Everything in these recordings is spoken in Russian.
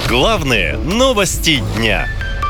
Главные новости дня.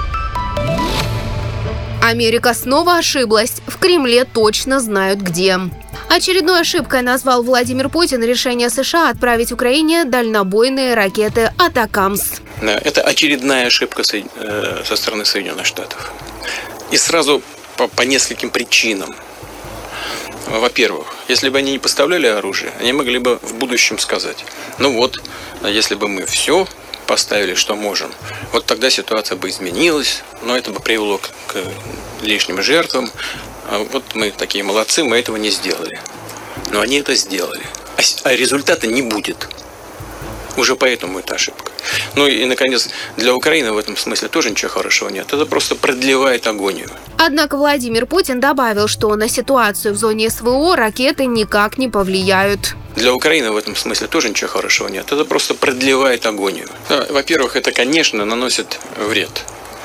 Америка снова ошиблась. В Кремле точно знают где. Очередной ошибкой назвал Владимир Путин решение США отправить Украине дальнобойные ракеты «Атакамс». Это очередная ошибка со стороны Соединенных Штатов. И сразу по нескольким причинам. Во-первых, если бы они не поставляли оружие, они могли бы в будущем сказать: ну вот, если бы мы все поставили, что можем, вот тогда ситуация бы изменилась, но это бы привело к лишним жертвам. А вот мы такие молодцы, мы этого не сделали. Но они это сделали. А результата не будет. Уже поэтому это ошибка. Ну и, наконец, для Украины в этом смысле тоже ничего хорошего нет. Это просто продлевает агонию. Однако Владимир Путин добавил, что на ситуацию в зоне СВО ракеты никак не повлияют. Для Украины в этом смысле тоже ничего хорошего нет. Это просто продлевает агонию. Во-первых, это, конечно, наносит вред.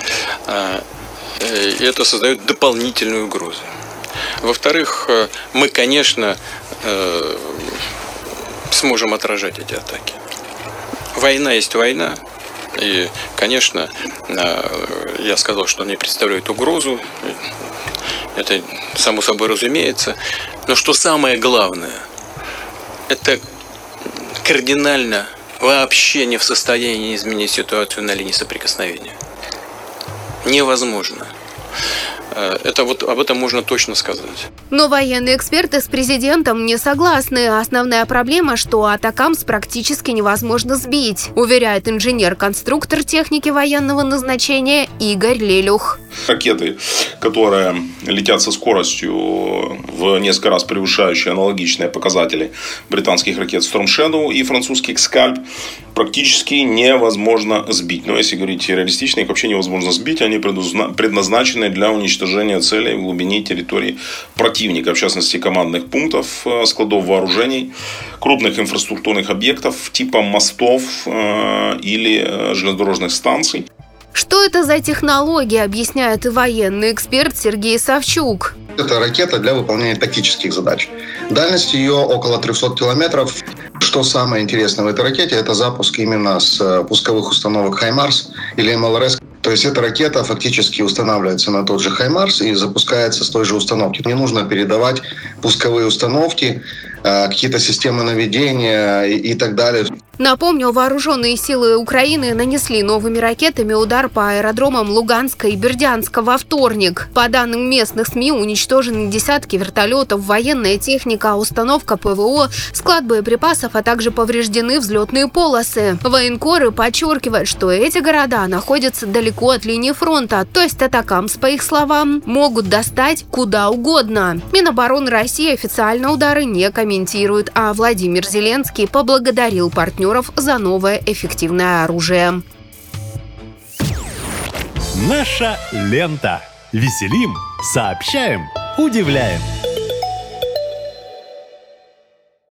И это создает дополнительную угрозу. Во-вторых, мы, конечно, сможем отражать эти атаки. Война есть война. И, конечно, я сказал, что они представляют угрозу. Это само собой разумеется. Но что самое главное, это кардинально вообще не в состоянии изменить ситуацию на линии соприкосновения. Невозможно. Это вот об этом можно точно сказать. Но военные эксперты с президентом не согласны. Основная проблема, что «Атакамс» практически невозможно сбить, уверяет инженер-конструктор техники военного назначения Игорь Лелюх. Ракеты, которые летят со скоростью в несколько раз превышающей аналогичные показатели британских ракет Storm Shadow и французских Scalp, практически невозможно сбить. Но если говорить реалистично, их вообще невозможно сбить. Они предназначены для уничтожения целей в глубине территории противника, в частности командных пунктов, складов вооружений, крупных инфраструктурных объектов типа мостов или железнодорожных станций. Что это за технология, объясняет и военный эксперт Сергей Савчук. Это ракета для выполнения тактических задач. Дальность ее около 300 километров. Что самое интересное в этой ракете, это запуск именно с пусковых установок «Хаймарс» или МЛРС. То есть эта ракета фактически устанавливается на тот же «Хаймарс» и запускается с той же установки. Не нужно передавать пусковые установки, какие-то системы наведения и так далее. Напомню, вооруженные силы Украины нанесли новыми ракетами удар по аэродромам Луганска и Бердянска во вторник. По данным местных СМИ, уничтожены десятки вертолетов, военная техника, установка ПВО, склад боеприпасов, а также повреждены взлетные полосы. Военкоры подчеркивают, что эти города находятся далеко от линии фронта, то есть «Атакамс», по их словам, могут достать куда угодно. Минобороны России официально удары не комментирует, а Владимир Зеленский поблагодарил партнеров за новое эффективное оружие. Наша лента. Веселим, сообщаем, удивляем.